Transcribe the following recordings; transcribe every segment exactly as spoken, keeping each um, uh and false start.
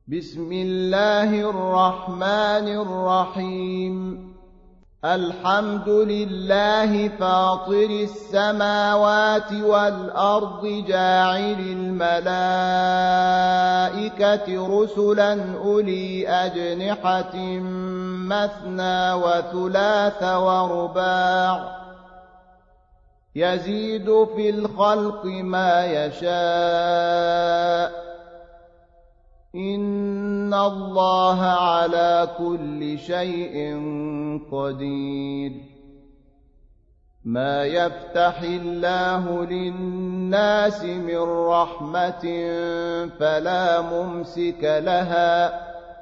بسم الله الرحمن الرحيم الحمد لله فاطر السماوات والأرض جاعل الملائكة رسلا أولي أجنحة مثنى وثلاث ورباع يزيد في الخلق ما يشاء إن الله على كل شيء قدير ما يفتح الله للناس من رحمة فلا ممسك لها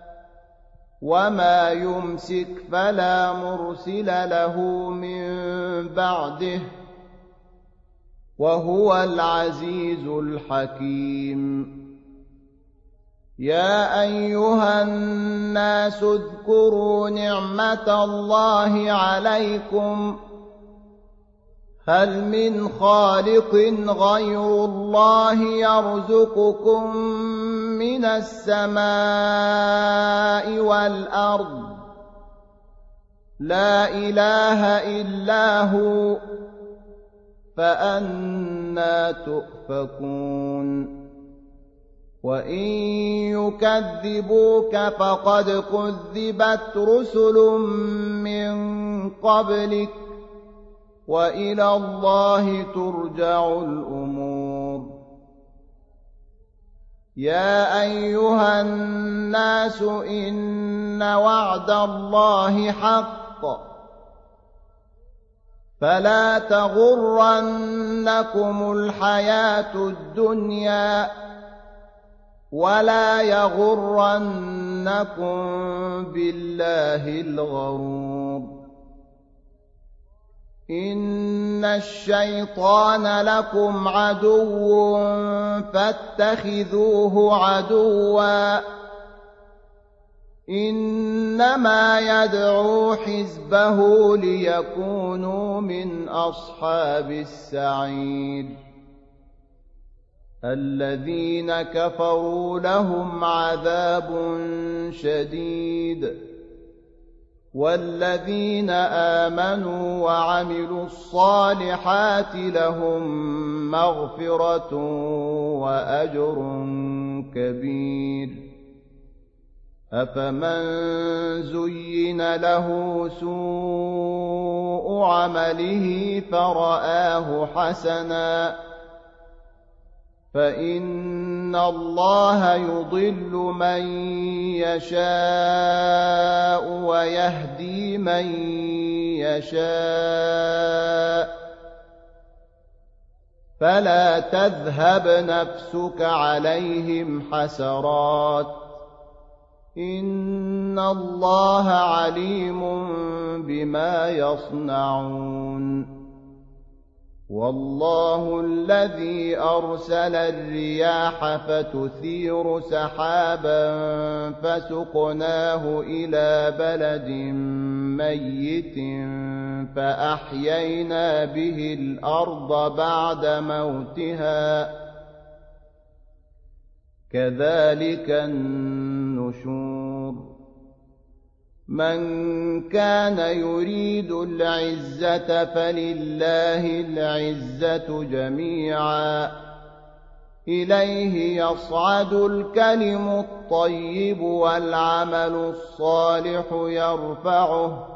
وما يمسك فلا مرسل له من بعده وهو العزيز الحكيم يا أيها الناس اذكروا نعمة الله عليكم هل من خالق غير الله يرزقكم من السماء والأرض لا إله إلا هو فأنى تؤفكون وإن يكذبوك فقد كذبت رسل من قبلك وإلى الله ترجع الأمور يا أيها الناس إن وعد الله حق فلا تغرنكم الحياة الدنيا ولا يغرنكم بالله الغرور إن الشيطان لكم عدو فاتخذوه عدوا إنما يدعو حزبه ليكونوا من أصحاب السعير الذين كفروا لهم عذاب شديد والذين آمنوا وعملوا الصالحات لهم مغفرة وأجر كبير أفمن زين له سوء عمله فرآه حسنا فإن الله يضل من يشاء ويهدي من يشاء فلا تذهب نفسك عليهم حسرات إن الله عليم بما يصنعون والله الذي أرسل الرياح فتثير سحابا فسقناه إلى بلد ميت فأحيينا به الأرض بعد موتها كذلك النشور من كان يريد العزة فلله العزة جميعا إليه يصعد الكلم الطيب والعمل الصالح يرفعه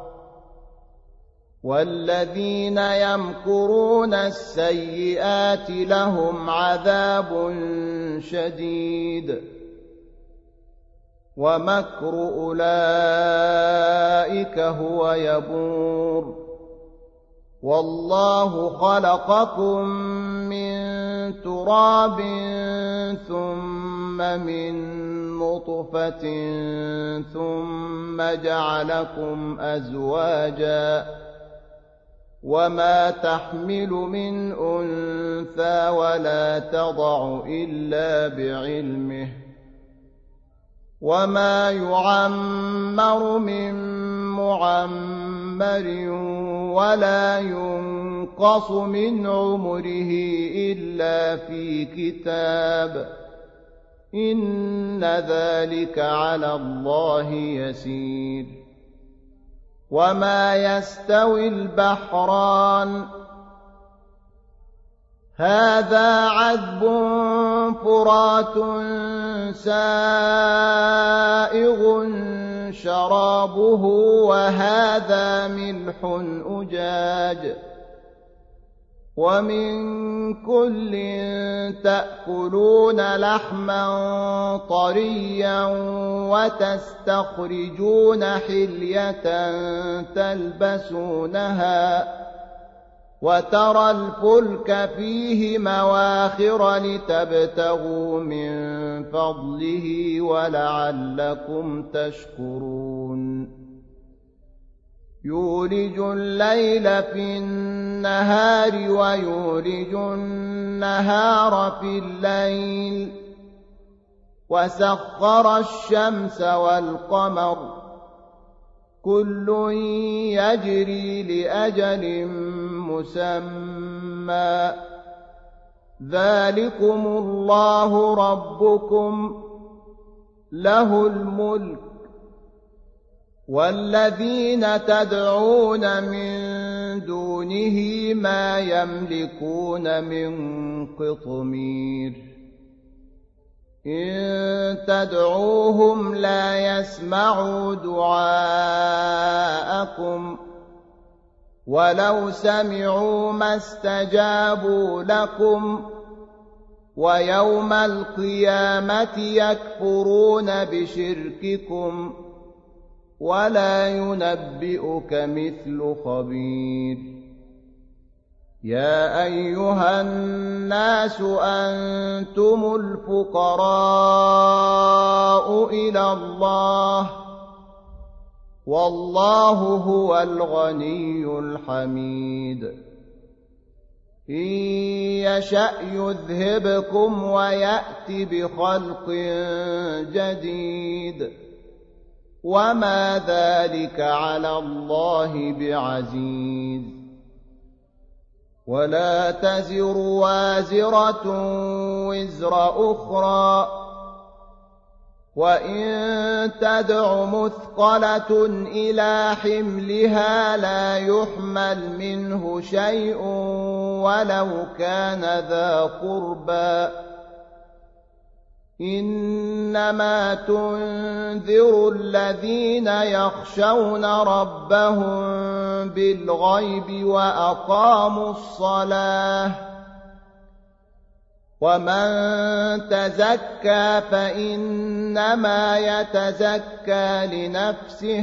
والذين يمكرون السيئات لهم عذاب شديد ومكر أولئك هو يبور والله خلقكم من تراب ثم من نطفة ثم جعلكم أزواجا وما تحمل من أنثى ولا تضع إلا بعلمه وما يعمر من معمر ولا ينقص من عمره إلا في كتاب إن ذلك على الله يسير. وما يستوي البحران هذا عذب فرات سائغ شرابه وهذا ملح أجاج ومن كل تأكلون لحما طريا وتستخرجون حلية تلبسونها وترى الفلك فيه مواخر لتبتغوا من فضله ولعلكم تشكرون. يولج الليل في النهار ويولج النهار في الليل وسخر الشمس والقمر كل يجري لأجل مسمى ذلكم الله ربكم له الملك والذين تدعون من دونه ما يملكون من قطمير إن تدعوهم لا يسمعوا دعاءكم ولو سمعوا ما استجابوا لكم ويوم القيامة يكفرون بشرككم ولا ينبئك مثل خبير. يا أيها الناس أنتم الفقراء إلى الله والله هو الغني الحميد. إن يشأ يذهبكم ويأت بخلق جديد وما ذلك على الله بعزيز. ولا تزر وازرة وزر أخرى وإن تدع مثقلة إلى حملها لا يحمل منه شيء ولو كان ذا قربى إنما تنذر الذين يخشون ربهم بالغيب وأقاموا الصلاة ومن تزكى فإنما يتزكى لنفسه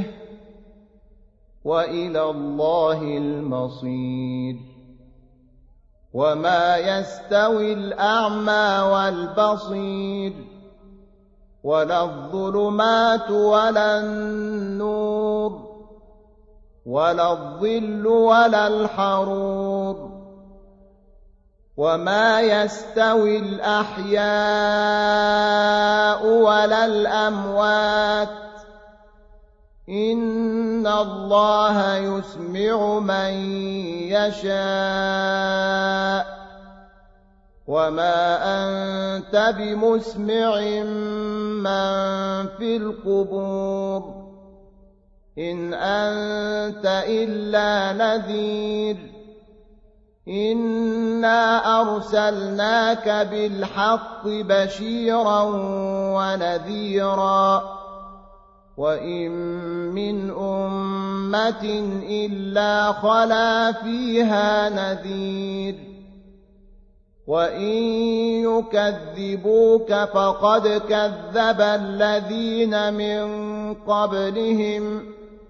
وإلى الله المصير. وما يستوي الأعمى والبصير ولا الظلمات ولا النور ولا الظل ولا الحرور وما يستوي الأحياء ولا الأموات إن الله يسمع من يشاء وما أنت بمسمع من في القبور إن أنت إلا نذير إنا أرسلناك بالحق بشيرا ونذيرا وإن من أمة إلا خلا فيها نذير وإن يكذبوك فقد كذب الذين من قبلهم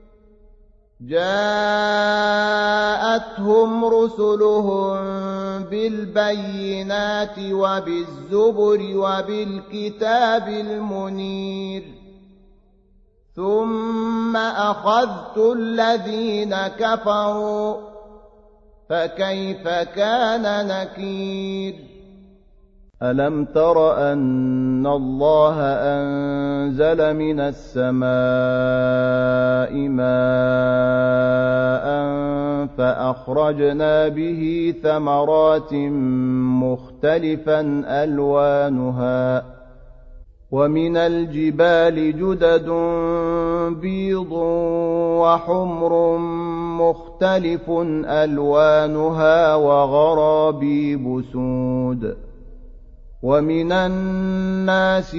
جاءتهم رسلهم بالبينات وبالزبر وبالكتاب المنير ثم أخذت الذين كفروا فكيف كان نكير. ألم تر أن الله أنزل من السماء ماء فأخرجنا به ثمرات مختلفا ألوانها ومن الجبال جدد بيض وحمر مختلف ألوانها وغرابيب سود ومن الناس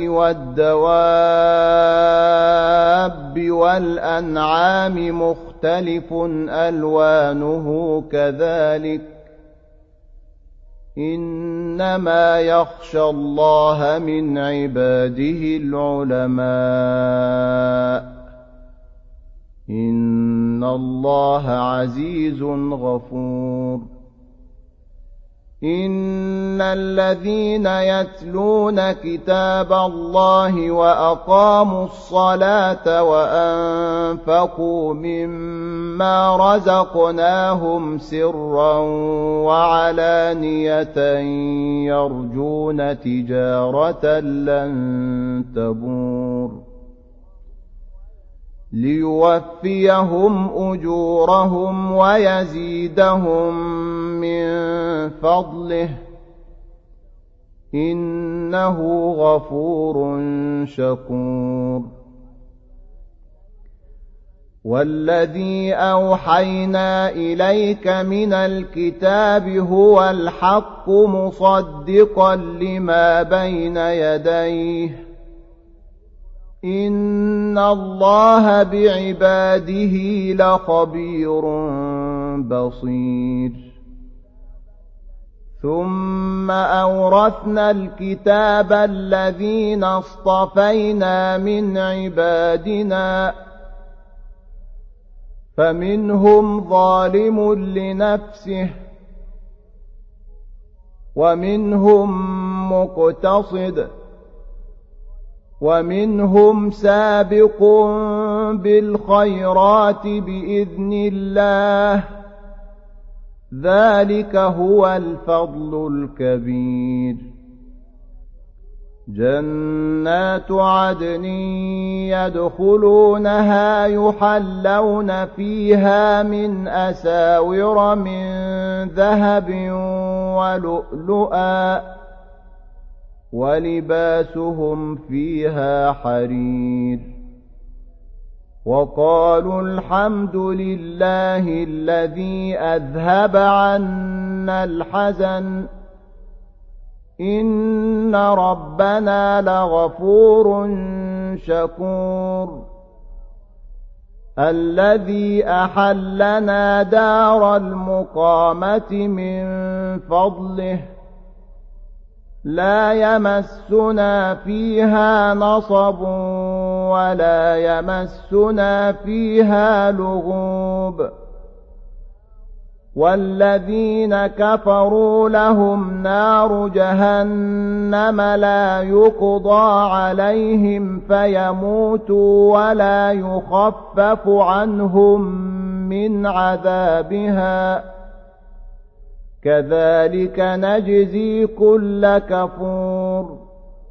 والدواب والأنعام مختلف ألوانه كذلك إنما يخشى الله من عباده العلماء إن الله عزيز غفور إن الذين يتلون كتاب الله وأقاموا الصلاة وأنفقوا مما رزقناهم سرا وعلانية يرجون تجارة لن تبور ليوفيهم أجورهم ويزيدهم من فضله إنه غفور شكور والذي أوحينا إليك من الكتاب هو الحق مصدقا لما بين يديه إن الله بعباده لخبير بصير ثم أورثنا الكتاب الذين اصطفينا من عبادنا فمنهم ظالم لنفسه ومنهم مقتصد ومنهم سابق بالخيرات بإذن الله ذلك هو الفضل الكبير جنات عدن يدخلونها يحلون فيها من أساور من ذهب ولؤلؤا ولباسهم فيها حرير وقالوا الحمد لله الذي أذهب عنا الحزن إن ربنا لغفور شكور الذي أحلنا دار المقامة من فضله لا يمسنا فيها نصب ولا يمسنا فيها لغوب والذين كفروا لهم نار جهنم لا يقضى عليهم فيموتوا ولا يخفف عنهم من عذابها كذلك نجزي كل كفور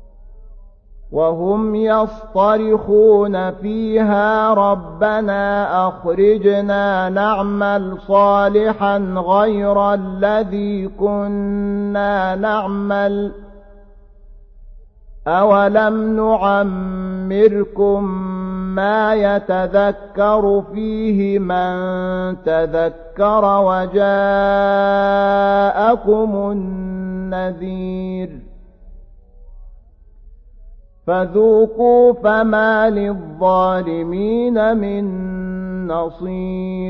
وهم يصطرخون فيها ربنا أخرجنا نعمل صالحا غير الذي كنا نعمل أولم نعمركم ما يتذكر فيه من تذكر وجاءكم النذير فذوقوا فما للظالمين من نصير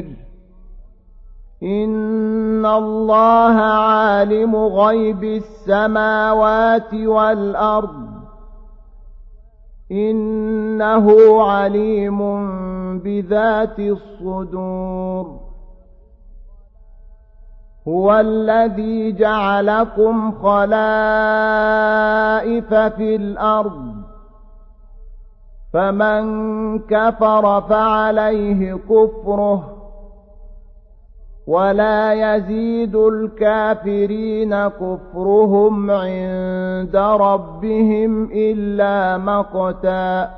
إن الله عالم غيب السماوات والأرض إنه عليم بذات الصدور هو الذي جعلكم خلائف في الأرض فمن كفر فعليه كفره ولا يزيد الكافرين كفرهم عند ربهم إلا مقتا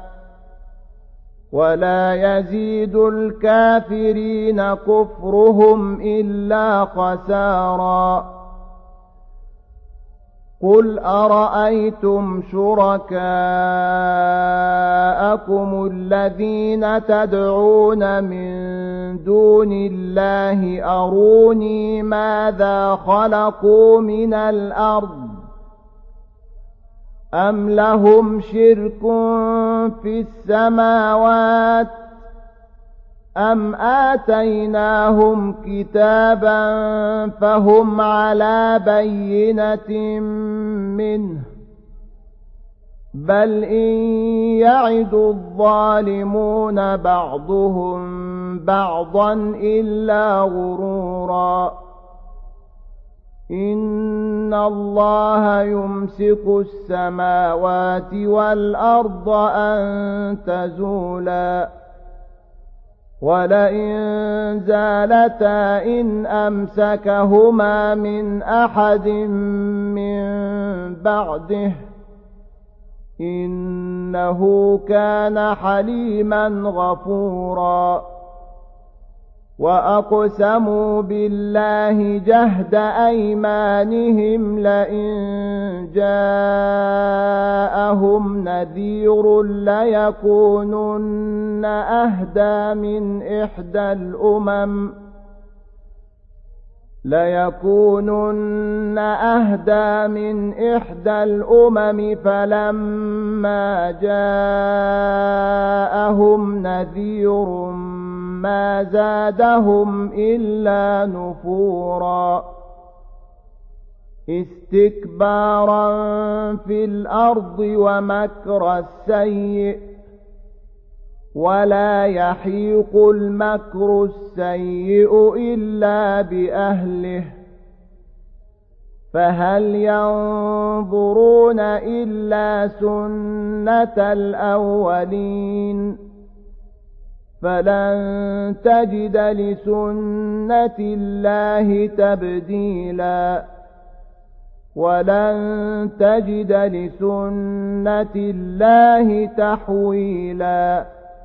ولا يزيد الكافرين كفرهم إلا خسارا قل أرأيتم شركاءكم الذين تدعون من دون الله أروني ماذا خلقوا من الأرض أم لهم شرك في السماوات أم آتيناهم كتابا فهم على بينة منه بل إن يعد الظالمون بعضهم بعضا إلا غرورا إن الله يمسك السماوات والأرض أن تزولا ولئن زالتا إن أمسكهما من أحد من بعده إنه كان حليما غفورا وأقسموا بالله جهد أيمانهم لئن جاءهم نذير ليكونن أهدى من إحدى الأمم ليكونن أهدى من إحدى الأمم فلما جاءهم نذير ما زادهم إلا نفورا استكبارا في الأرض ومكر السيء ولا يحيق المكر السيء إلا بأهله فهل ينظرون إلا سنة الأولين فلن تجد لسنة الله تبديلا ولن تجد لسنة الله تحويلا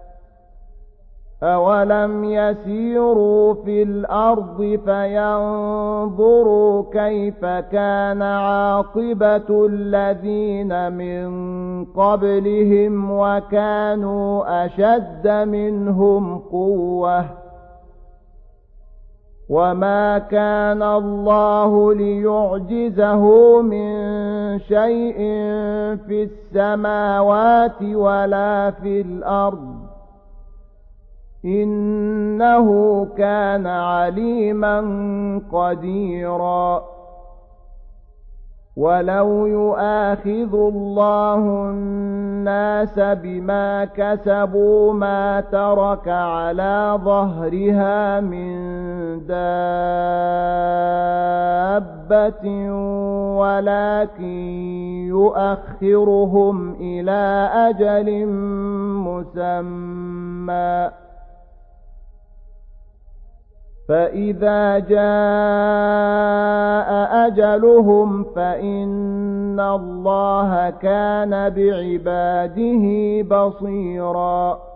أولم يسيروا في الأرض فينظروا كيف كان عاقبة الذين من قبلهم وكانوا أشد منهم قوة وما كان الله ليعجزه من شيء في السماوات ولا في الأرض إنه كان عليما قديرا ولو يؤاخذ الله الناس بما كسبوا ما ترك على ظهرها من دابة ولكن يؤخرهم إلى أجل مسمى فإذا جاء أجلهم فإن الله كان بعباده بصيرا